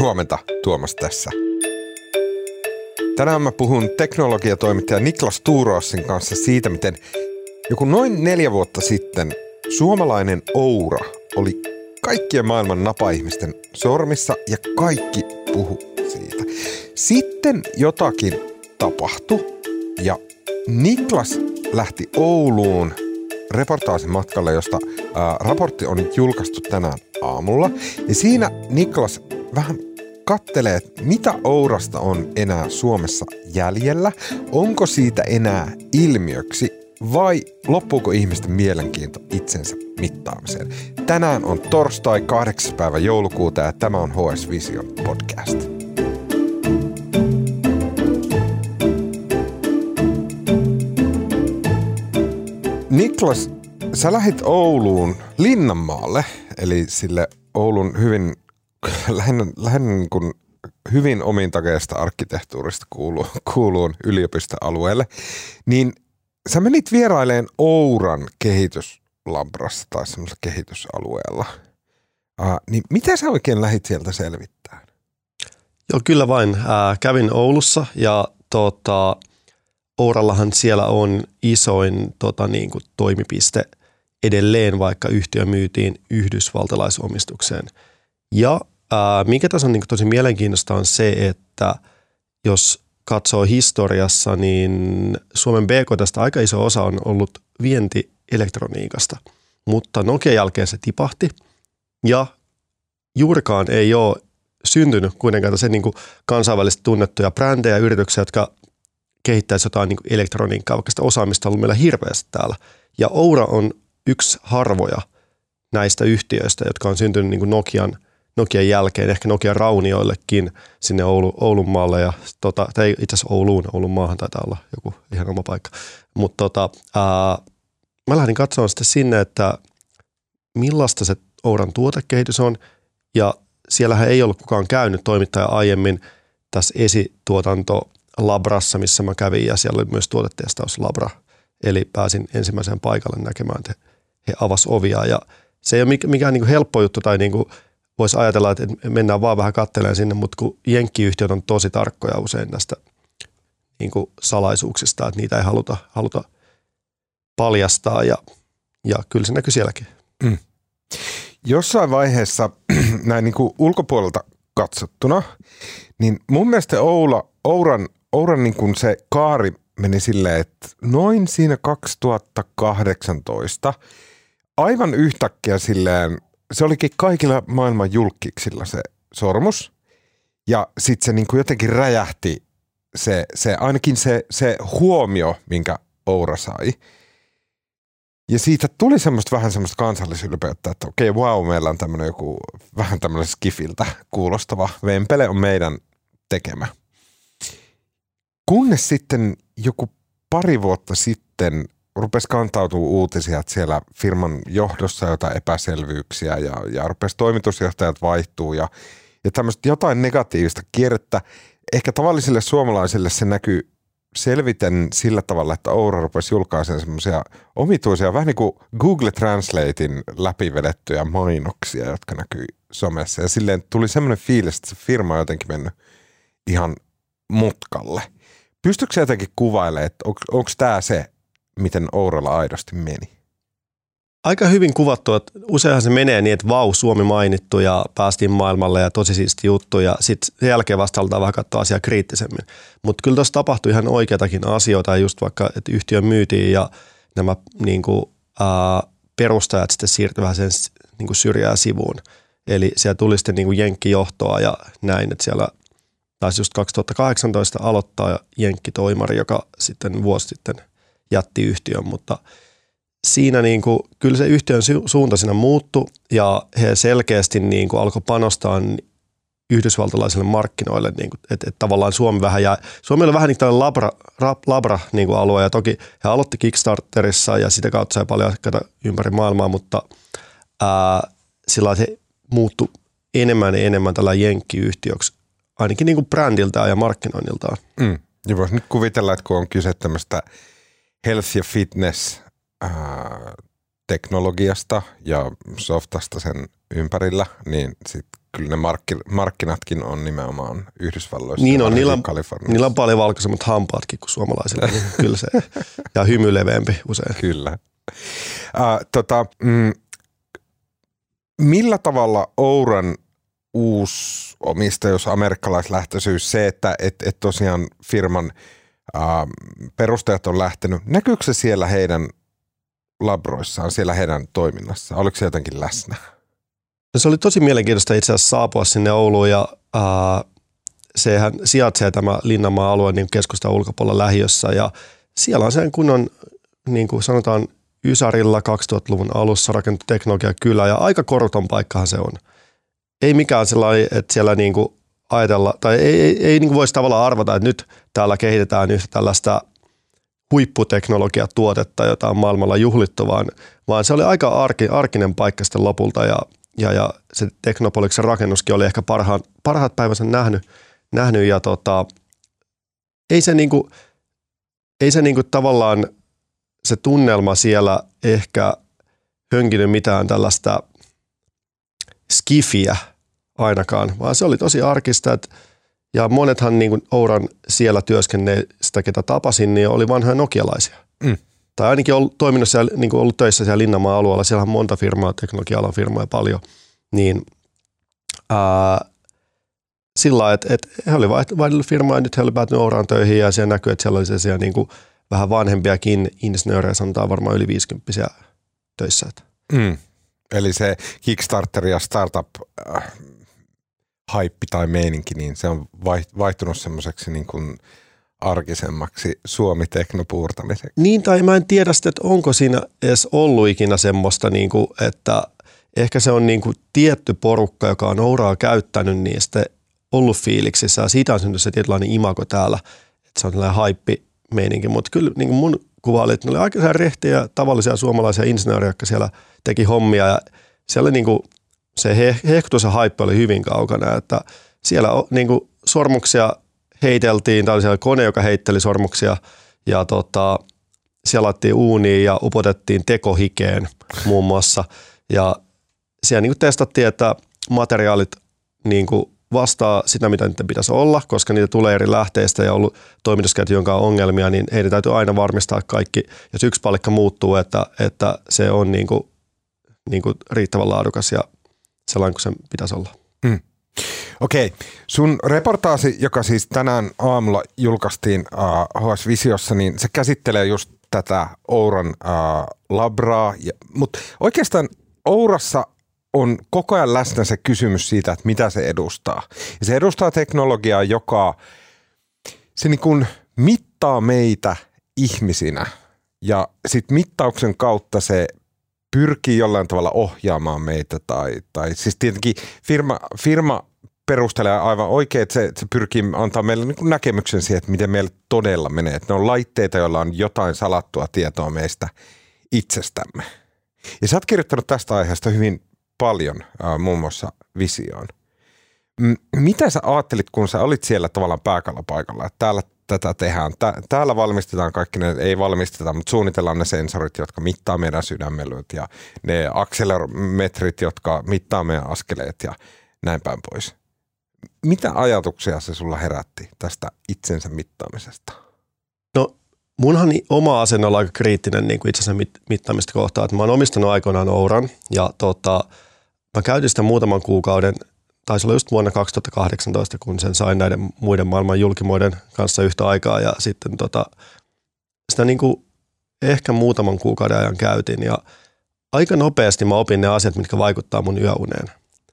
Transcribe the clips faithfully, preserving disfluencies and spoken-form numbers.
Huomenta, Tuomas tässä. Tänään mä puhun teknologiatoimittaja Niklas Tuuroosin kanssa siitä, miten joku noin neljä vuotta sitten suomalainen Oura oli kaikkien maailman napaihmisten sormissa ja kaikki puhu siitä. Sitten jotakin tapahtui ja Niklas lähti Ouluun reportaasin matkalle, josta ää, raportti on nyt julkaistu tänään aamulla. Ja siinä Niklas vähän kattelee, että mitä Ourasta on enää Suomessa jäljellä, onko siitä enää ilmiöksi vai loppuuko ihmisten mielenkiinto itsensä mittaamiseen. Tänään on torstai kahdeksas päivä joulukuuta ja tämä on H S Vision podcast. Niklas, sä lähit Ouluun Linnanmaalle, eli sille Oulun hyvin, lähinnä, lähinnä niin kuin hyvin omintakeista arkkitehtuurista kuulu, kuuluun yliopistoalueelle, niin sä menit vieraileen Ouran kehityslabrassa tai semmoisella kehitysalueella. Uh, niin mitä sä oikein lähit sieltä selvittämään? Joo, kyllä vain. Äh, kävin Oulussa ja tota, Ourallahan siellä on isoin tota, niin kuin toimipiste edelleen, vaikka yhtiö myytiin yhdysvaltalaisomistukseen. Ja ää, mikä tässä on niin kuin tosi mielenkiintoista on se, että jos katsoo historiassa, niin Suomen B K T:stä aika iso osa on ollut vienti elektroniikasta, mutta Nokian jälkeen se tipahti ja juurikaan ei ole syntynyt kuitenkaan se niin kuin kansainvälisesti tunnettuja brändejä ja yrityksiä, jotka kehittäisi jotain niin kuin elektroniikkaa, vaikka sitä osaamista on ollut meillä hirveästi täällä. Ja Oura on yksi harvoja näistä yhtiöistä, jotka on syntynyt niin kuin Nokian, Nokian jälkeen, ehkä Nokian raunioillekin sinne Oulu, Oulun maalle. Ja, tota, tai itse asiassa Ouluun, Oulun maahan taitaa olla joku ihan oma paikka. Mutta tota, mä lähdin katsomaan sitten sinne, että millaista se Ouran tuotekehitys on. Ja siellähän ei ollut kukaan käynyt toimittaja aiemmin tässä esituotanto labrassa, missä mä kävin, ja siellä oli myös tuotetestauslabra. Eli pääsin ensimmäiseen paikalle näkemään, että he avasi ovia. Ja se ei ole mikään niin kuin helppo juttu, tai niin kuin voisi ajatella, että mennään vaan vähän katselemaan sinne, mutta kun jenkkiyhtiöt on tosi tarkkoja usein näistä niin kuin salaisuuksista, että niitä ei haluta, haluta paljastaa, ja, ja kyllä se näkyy sielläkin. Mm. Jossain vaiheessa näin niin kuin ulkopuolelta katsottuna, niin mun mielestä Oula, Ouran, Ouran niin kuin se kaari meni silleen, että noin siinä kaksituhattakahdeksantoista aivan yhtäkkiä silleen, se olikin kaikilla maailman julkkiksilla se sormus. Ja sitten se niin kuin jotenkin räjähti, se, se, ainakin se, se huomio, minkä Oura sai. Ja siitä tuli semmoista vähän semmoista kansallisylpeyttä, että okei, wow, meillä on tämmöinen joku vähän tämmöinen skifiltä kuulostava vempele on meidän tekemä. Kunnes sitten joku pari vuotta sitten rupesi kantautua uutisia, että siellä firman johdossa jotain epäselvyyksiä ja, ja rupesi toimitusjohtajat vaihtuu ja, ja tämmöistä jotain negatiivista kierrettä. Ehkä tavallisille suomalaisille se näkyy selviten sillä tavalla, että Oura rupesi julkaisemaan semmoisia omituisia, vähän niin kuin Google Translatein läpivedettyjä mainoksia, jotka näkyy somessa. Ja silleen tuli semmoinen fiilis, että se firma on jotenkin mennyt ihan mutkalle. Pystytkö sä jotenkin kuvailemaan, että on, onko tämä se, miten Ouralla aidosti meni? Aika hyvin kuvattu, että useinhan se menee niin, että vau, Suomi mainittu ja päästiin maailmalle ja tosi siisti juttu ja sitten sen jälkeen vasta aletaan vähän katsoa asiaa kriittisemmin. Mutta kyllä tuossa tapahtui ihan oikeatakin asioita, just vaikka, että yhtiö myytiin ja nämä niin kuin, ää, perustajat sitten siirtyi vähän sen niin kuin syrjää sivuun. Eli siellä tuli sitten niin kuin jenkkijohtoa ja näin, että siellä taisi just kaksituhattakahdeksantoista aloittaa jenkkitoimari, joka sitten vuosi sitten jätti yhtiön, mutta siinä niin kuin, kyllä se yhtiön suunta siinä muuttui ja he selkeästi niin kuin alkoi panostaa yhdysvaltalaisille markkinoille, niin kuin, että, että tavallaan Suomi vähän jää, Suomi oli vähän niin tällainen labra, labra niin kuin alue ja toki he aloitti Kickstarterissa ja sitä kautta sai paljon asiakkaita ympäri maailmaa, mutta ää, sillä se muuttui enemmän ja enemmän tällä jenkkiyhtiöksi, ainakin niin kuin brändiltään ja markkinoinniltaan. Mm. Ja voisi nyt kuvitella, että kun on kyse tämmöistä health ja fitness ää, teknologiasta ja softasta sen ympärillä, niin sitten kyllä ne markki- markkinatkin on nimenomaan Yhdysvalloissa. Niin on, niillä on, niillä on paljon valkoisemmat hampaatkin kuin suomalaisilla, niin kyllä se, ja hymy leveämpi usein. Kyllä. Uh, tota, mm, millä tavalla Ouran uusi omistajuus, amerikkalaislähtöisyys, se, että et, et tosiaan firman uh, perustajat on lähtenyt, näkyykö se siellä heidän labroissaan, siellä heidän toiminnassa? Oliko se jotenkin läsnä? No se oli tosi mielenkiintoista itse asiassa saapua sinne Ouluun ja uh, sehän sijaitsee tämä Linnanmaan alue niin keskustan ulkopuolella lähiössä ja siellä on sen kunnon, niin kuin sanotaan, Ysärillä kaksituhattaluvun alussa rakennettu teknologiakylä ja aika koruton paikkahan se on. Ei mikään sellainen, että siellä niin kuin ajatella, tai ei, ei, ei niin kuin voisi tavallaan arvata, että nyt täällä kehitetään yhtä tällaista huipputeknologiatuotetta, jota on maailmalla juhlittu, vaan, vaan se oli aika arki, arkinen paikka sitten lopulta ja, ja, ja se Teknopoliksen rakennuskin oli ehkä parhaat, parhaat päivänsä nähnyt, nähnyt ja tota, ei se, niin kuin, ei se niin kuin tavallaan se tunnelma siellä ehkä hönkinyt mitään tällaista skifiä ainakaan, vaan se oli tosi arkista, että ja monethan niin kuin Ouran siellä työskennelleistä, ketä tapasin, niin oli vanhoja nokialaisia. Mm. Tai ainakin ollut, toiminut siellä, niin kuin ollut töissä siellä Linnanmaan alueella. Siellä on monta firmaa, teknologia-alan firmoja paljon. Niin ää, sillä lailla, että, että he olivat vaihdellut firmaa ja nyt he olivat päätynyt Ouraan töihin ja siellä näkyy, että siellä oli sellaisia niin kuin vähän vanhempiakin insinöörejä, sanotaan varmaan yli viisikymppisiä töissä. Mm. Eli se Kickstarter ja startup äh, haippi tai meininki, niin se on vaihtunut semmoiseksi niin kuin arkisemmaksi Suomi-teknopuurtamiseksi. Niin, tai mä en tiedä sitä, että onko siinä edes ollut ikinä semmoista, niin kuin, että ehkä se on niin kuin tietty porukka, joka on Ouraa käyttänyt, niin sitten ollut fiiliksissä ja siitä on syntynyt se tietynlainen imago täällä, että se on tällainen haippi-meininki, mutta kyllä niin kuin mun kuva oli, että ne oli aika rehtiä tavallisia suomalaisia insinöörejä, jotka siellä teki hommia ja siellä niin kuin se he, hehkutus ja haippi oli hyvin kaukana, että siellä niin kuin sormuksia heiteltiin, tai oli siellä kone, joka heitteli sormuksia ja tota, siellä laitettiin uuniin ja upotettiin tekohikeen muun muassa ja siellä niin kuin testattiin, että materiaalit niin kuin vastaa sitä, mitä niitä pitäisi olla, koska niitä tulee eri lähteistä ja ollut toimitusketju, jonka on ongelmia, niin heidän täytyy aina varmistaa kaikki, jos yksi palikka muuttuu, että, että se on niin kuin, niin kuin riittävän laadukas ja sellainen kuin sen pitäisi olla. Mm. Okei. Sun reportaasi, joka siis tänään aamulla julkaistiin äh, H S Visiossa, niin se käsittelee just tätä Ouran äh, labraa, mutta oikeastaan Ourassa on koko ajan läsnä se kysymys siitä, että mitä se edustaa. Ja se edustaa teknologiaa, joka se niin kuin mittaa meitä ihmisinä ja sitten mittauksen kautta se pyrkii jollain tavalla ohjaamaan meitä tai, tai siis tietenkin firma, firma perustelee aivan oikein, että se, se pyrkii antaa meille niin kuin näkemyksen siihen, että miten meillä todella menee. Että ne on laitteita, joilla on jotain salattua tietoa meistä itsestämme. Ja sä oot kirjoittanut tästä aiheesta hyvin paljon, äh, muun muassa Visioon. M- mitä sä ajattelit, kun sä olit siellä tavallaan pääkallopaikalla, että täällä tätä tehdään, Tä- täällä valmistetaan kaikki ne, ei valmisteta, mutta suunnitellaan ne sensorit, jotka mittaa meidän sydämelyt ja ne akselerometrit, jotka mittaa meidän askeleet ja näin päin pois. Mitä ajatuksia se sulla herätti tästä itsensä mittaamisesta? No munhan oma asenne on aika kriittinen niin kuin itsensä mit- mittaamista kohtaan, että mä oon omistanut aikoinaan Ouran ja tota, mä käytin sitä muutaman kuukauden, taisi olla just vuonna kaksituhattakahdeksantoista, kun sen sain näiden muiden maailman julkimoiden kanssa yhtä aikaa ja sitten tota, sitä niin kuin ehkä muutaman kuukauden ajan käytin ja aika nopeasti mä opin ne asiat, mitkä vaikuttaa mun yöuneen.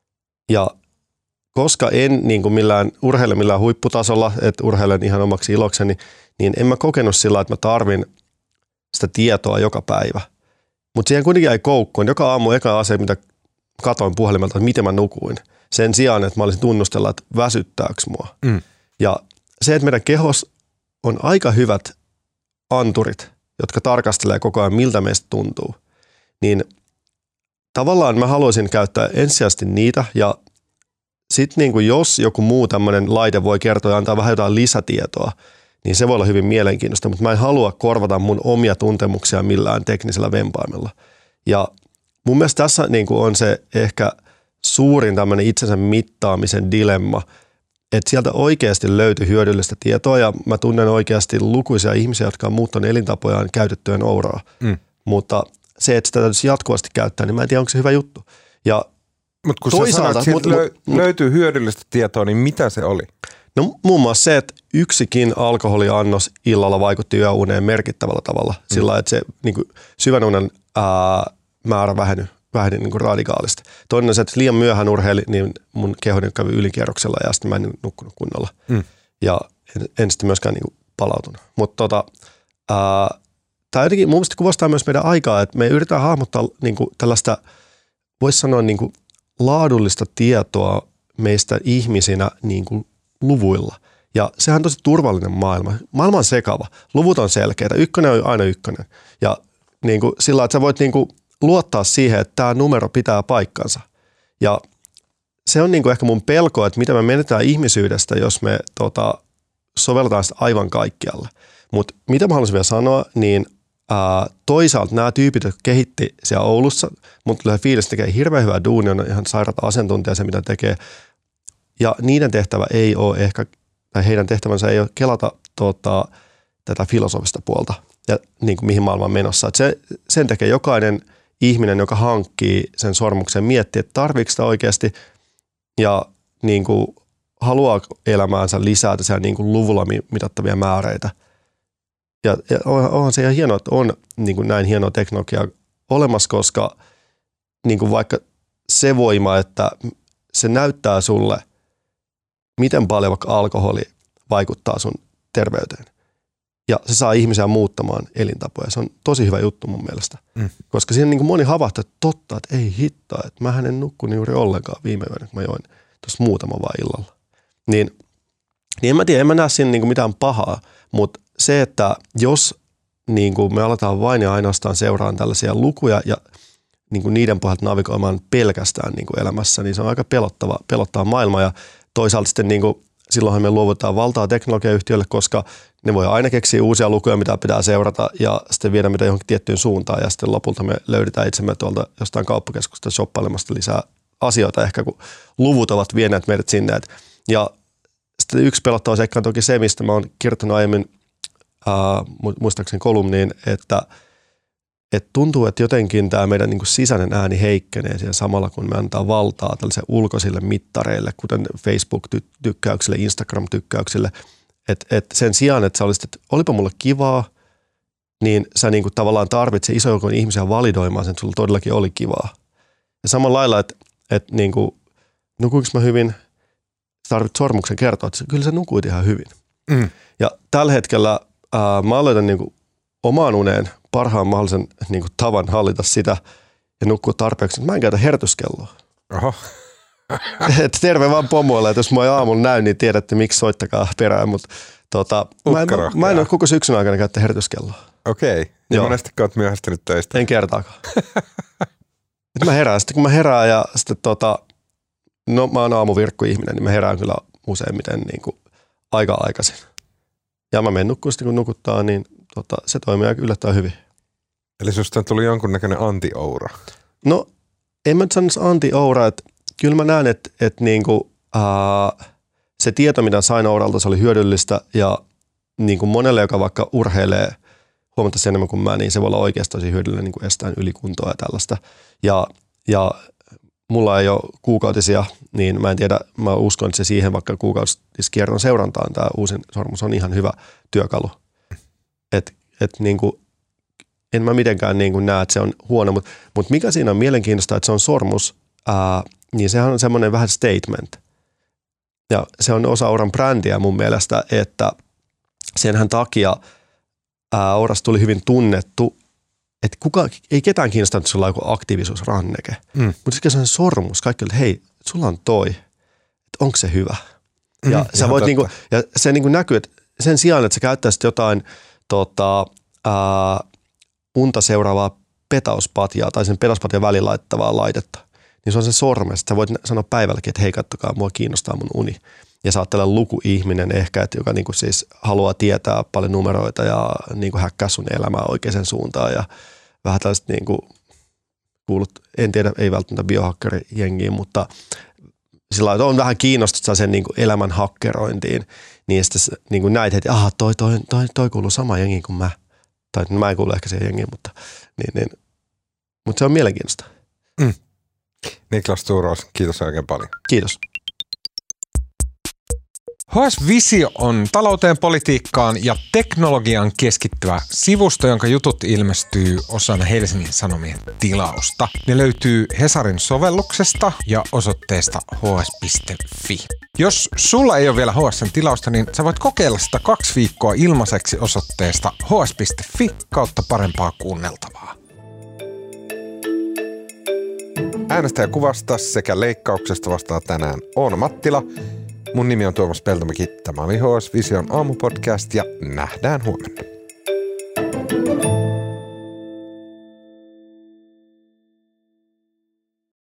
Ja koska en niin kuin millään urheile millään huipputasolla, että urheilen ihan omaksi ilokseni, niin en mä kokenut sillä, että mä tarvin sitä tietoa joka päivä. Mutta siihen kuitenkin jäi koukkuun. Joka aamu eka asia, mitä katoin puhelimelta, että miten mä nukuin. Sen sijaan, että mä olisin tunnustella, että väsyttääkö mua. Mm. Ja se, että meidän kehos on aika hyvät anturit, jotka tarkastelee koko ajan, miltä meistä tuntuu, niin tavallaan mä haluaisin käyttää ensisijaisesti niitä ja sitten niin kuin jos joku muu tämmöinen laite voi kertoa ja antaa vähän jotain lisätietoa, niin se voi olla hyvin mielenkiintoista, mutta mä en halua korvata mun omia tuntemuksia millään teknisellä vempaimella. Ja mun mielestä tässä niin kuin on se ehkä suurin tämmöinen itsensä mittaamisen dilemma, että sieltä oikeasti löytyi hyödyllistä tietoa ja mä tunnen oikeasti lukuisia ihmisiä, jotka on muuttanut elintapojaan käytettyjen ouraa. Mm. Mutta se, että sitä täytyisi jatkuvasti käyttää, niin mä en tiedä, onko se hyvä juttu. Ja mutta kun toisaalta, sä sanoit, että lö- mut, löytyy hyödyllistä tietoa, niin mitä se oli? No muun muassa se, että yksikin alkoholiannos illalla vaikutti yöuneen merkittävällä tavalla. Mm. Sillä että se niin kuin syvän unen ää, määrä väheni, väheni niin kuin radikaalisti. Toinen on se, että liian myöhään urheili, niin mun kehoni kävi ylikierroksella ja sitten mä en nukkunut kunnolla. Mm. Ja en, en sitten myöskään niin kuin palautunut. Mutta tota, tämä jotenkin mun mielestä kuvastaa myös meidän aikaa, että me yritetään hahmottaa niin kuin tällaista, voisi sanoa niin kuin laadullista tietoa meistä ihmisinä niin kuin luvuilla. Ja sehän on tosi turvallinen maailma. Maailma on sekava. Luvut on selkeitä. Ykkönen on aina ykkönen. Ja niin kuin sillä, että sä voit niin kuin luottaa siihen, että tämä numero pitää paikkansa. Ja se on niin kuin ehkä mun pelko, että mitä me menetään ihmisyydestä, jos me tota, sovelletaan sitä aivan kaikkialle. Mutta mitä mä haluaisin vielä sanoa, niin ää, toisaalta nämä tyypit, jotka kehitti siellä Oulussa, mutta tulee fiilis, tekee hirveän hyvää duunia, on ihan sairaata asiantuntija se, mitä tekee. Ja niiden tehtävä ei ole ehkä, tai heidän tehtävänsä ei ole kelata tota, tätä filosofista puolta, ja niin kuin mihin maailma on menossa. Et se, sen tekee jokainen ihminen, joka hankkii sen sormuksen, miettii, että tarviiko sitä oikeasti, ja niin kuin, haluaa elämäänsä lisätä siellä niin kuin luvulla mitattavia määreitä. Ja, ja onhan se ihan hienoa, että on niin kuin näin hienoa teknologiaa olemassa, koska niin kuin vaikka se voima, että se näyttää sulle, miten paljon vaikka alkoholi vaikuttaa sun terveyteen. Ja se saa ihmisiä muuttamaan elintapoja. Se on tosi hyvä juttu mun mielestä. Mm. Koska siinä niin kuin moni havahtaa, että totta, että ei hittaa, että mähän en nukkunut juuri ollenkaan viime yönä, kun mä join tuossa muutama vaan illalla. Niin, niin en mä tiedä, en mä näe siinä niin kuin mitään pahaa, mutta se, että jos niin kuin me aletaan vain ja ainoastaan seuraan tällaisia lukuja ja niin kuin niiden pohjalta navigoimaan pelkästään niin kuin elämässä, niin se on aika pelottava, pelottava maailma. Ja toisaalta sitten niin kuin, silloinhan me luovutaan valtaa teknologiayhtiöille, koska ne voi aina keksiä uusia lukuja, mitä pitää seurata ja sitten viedä mitä johonkin tiettyyn suuntaan. Ja sitten lopulta me löydetään itsemme tuolta jostain kauppakeskusta shoppailemasta lisää asioita, ehkä kun luvut ovat vieneet meidät sinne. Ja sitten yksi pelottava seikka on toki se, mistä mä oon kirjoittanut aiemmin ää, muistaakseni kolumniin, että et tuntuu, että jotenkin tämä meidän niin kuin sisäinen ääni heikkenee siihen samalla, kun me antaa valtaa tällaisille ulkoisille mittareille, kuten Facebook-tykkäyksille, Instagram-tykkäyksille. Että et sen sijaan, että sä olisit, että olipa mulle kivaa, niin sä niin kuin tavallaan tarvitset iso joukon ihmisiä validoimaan sen, että sulla todellakin oli kivaa. Ja samalla lailla, että et niin kuin, nukuinko mä hyvin, sä tarvitset sormuksen kertoa, että kyllä sä nukuit ihan hyvin. Mm. Ja tällä hetkellä ää, mä aloitan niin kuin omaan uneen parhaan mahdollisen niin kuin, tavan hallita sitä ja nukkua tarpeeksi. Mä en käytä hertyskelloa. Oho. Et terve vaan pomoille, että jos mä aamulla näyn, niin tiedätte miksi, soittakaa perään. Mutta tota, mä, en, mä, mä en ole koko syksyn aikana käyttää hertyskelloa. Okei. Okay. Ja monesti olet myöhästynyt töistä? En kertaakaan. Et mä herään. Sitten kun mä herään ja sitten tota, no mä oon aamuvirkku-ihminen, niin mä herään kyllä useimmiten niin kuin aika aikaisin. Ja mä menen nukkuun sitten kun nukuttaa, niin tota, se toimii aika yllättävän hyvin. Eli susta tuli jonkunnäköinen anti-oura? No en mä nyt sanoisi anti-oura, että kyllä mä näen, että, että niinku, ää, se tieto, mitä sain ouralta, se oli hyödyllistä ja niin kuin monelle, joka vaikka urheilee huomattavasti enemmän kuin mä, niin se voi olla oikeasti tosi hyödyllinen niin kuin estään ylikuntoa ja tällaista. Ja, ja mulla ei ole kuukautisia, niin mä en tiedä, mä uskon, että se siihen vaikka kuukautiskierron seurantaan tämä uusin sormus on ihan hyvä työkalu. Et, et niin kuin, en mä mitenkään niin kuin näe, että se on huono, mutta mut mikä siinä on mielenkiintoista, että se on sormus, ää, niin sehän on semmoinen vähän statement. Ja se on osa Ouran brändiä mun mielestä, että senhän takia ää, Ourasta tuli hyvin tunnettu, että kuka, ei ketään kiinnostanut, että sulla on joku aktiivisuusranneke. Mm. Mutta sitten se on sormus, kaikki oli, hei, sulla on toi, että onko se hyvä? Mm, ja, sä voit niinku, ja se niinku näkyy, että sen sijaan, että sä käyttäisit jotain tota, ää, unta seuraavaa petauspatjaa tai sen petauspatjan väliin laittavaa laitetta, niin se on se sorme. Sä voit sanoa päivälläkin, että hei, kattokaa, mua kiinnostaa mun uni. Ja sä oot tällainen lukuihminen ehkä, että joka niinku siis haluaa tietää paljon numeroita ja niinku häkkää sun elämää oikeaan suuntaan ja vähän tällaista niinku kuulut, en tiedä, ei välttämättä biohakkerijengiin, mutta sillä on vähän kiinnostunut sen niin kuin elämän hakkerointiin, niin sitten niin kuin näit, että aha, toi, toi, toi, toi kuuluu sama jengiin kuin mä. Tai mä en kuulu ehkä siihen jengiin, mutta, niin, niin. mutta se on mielenkiintoista. Mm. Niklas Tuuros, kiitos oikein paljon. Kiitos. H S Visio on talouteen, politiikkaan ja teknologiaan keskittyvä sivusto, jonka jutut ilmestyy osana Helsingin Sanomien tilausta. Ne löytyy Hesarin sovelluksesta ja osoitteesta h s piste f i. Jos sulla ei ole vielä H S:n tilausta, niin sä voit kokeilla sitä kaksi viikkoa ilmaiseksi osoitteesta h s piste f i kautta parempaa kuunneltavaa. Äänestä ja kuvasta sekä leikkauksesta vastaa tänään Oona Mattila. Mun nimi on Tuomas Peltomäki. Tämä oli H S Vision aamupodcast ja nähdään huomenna.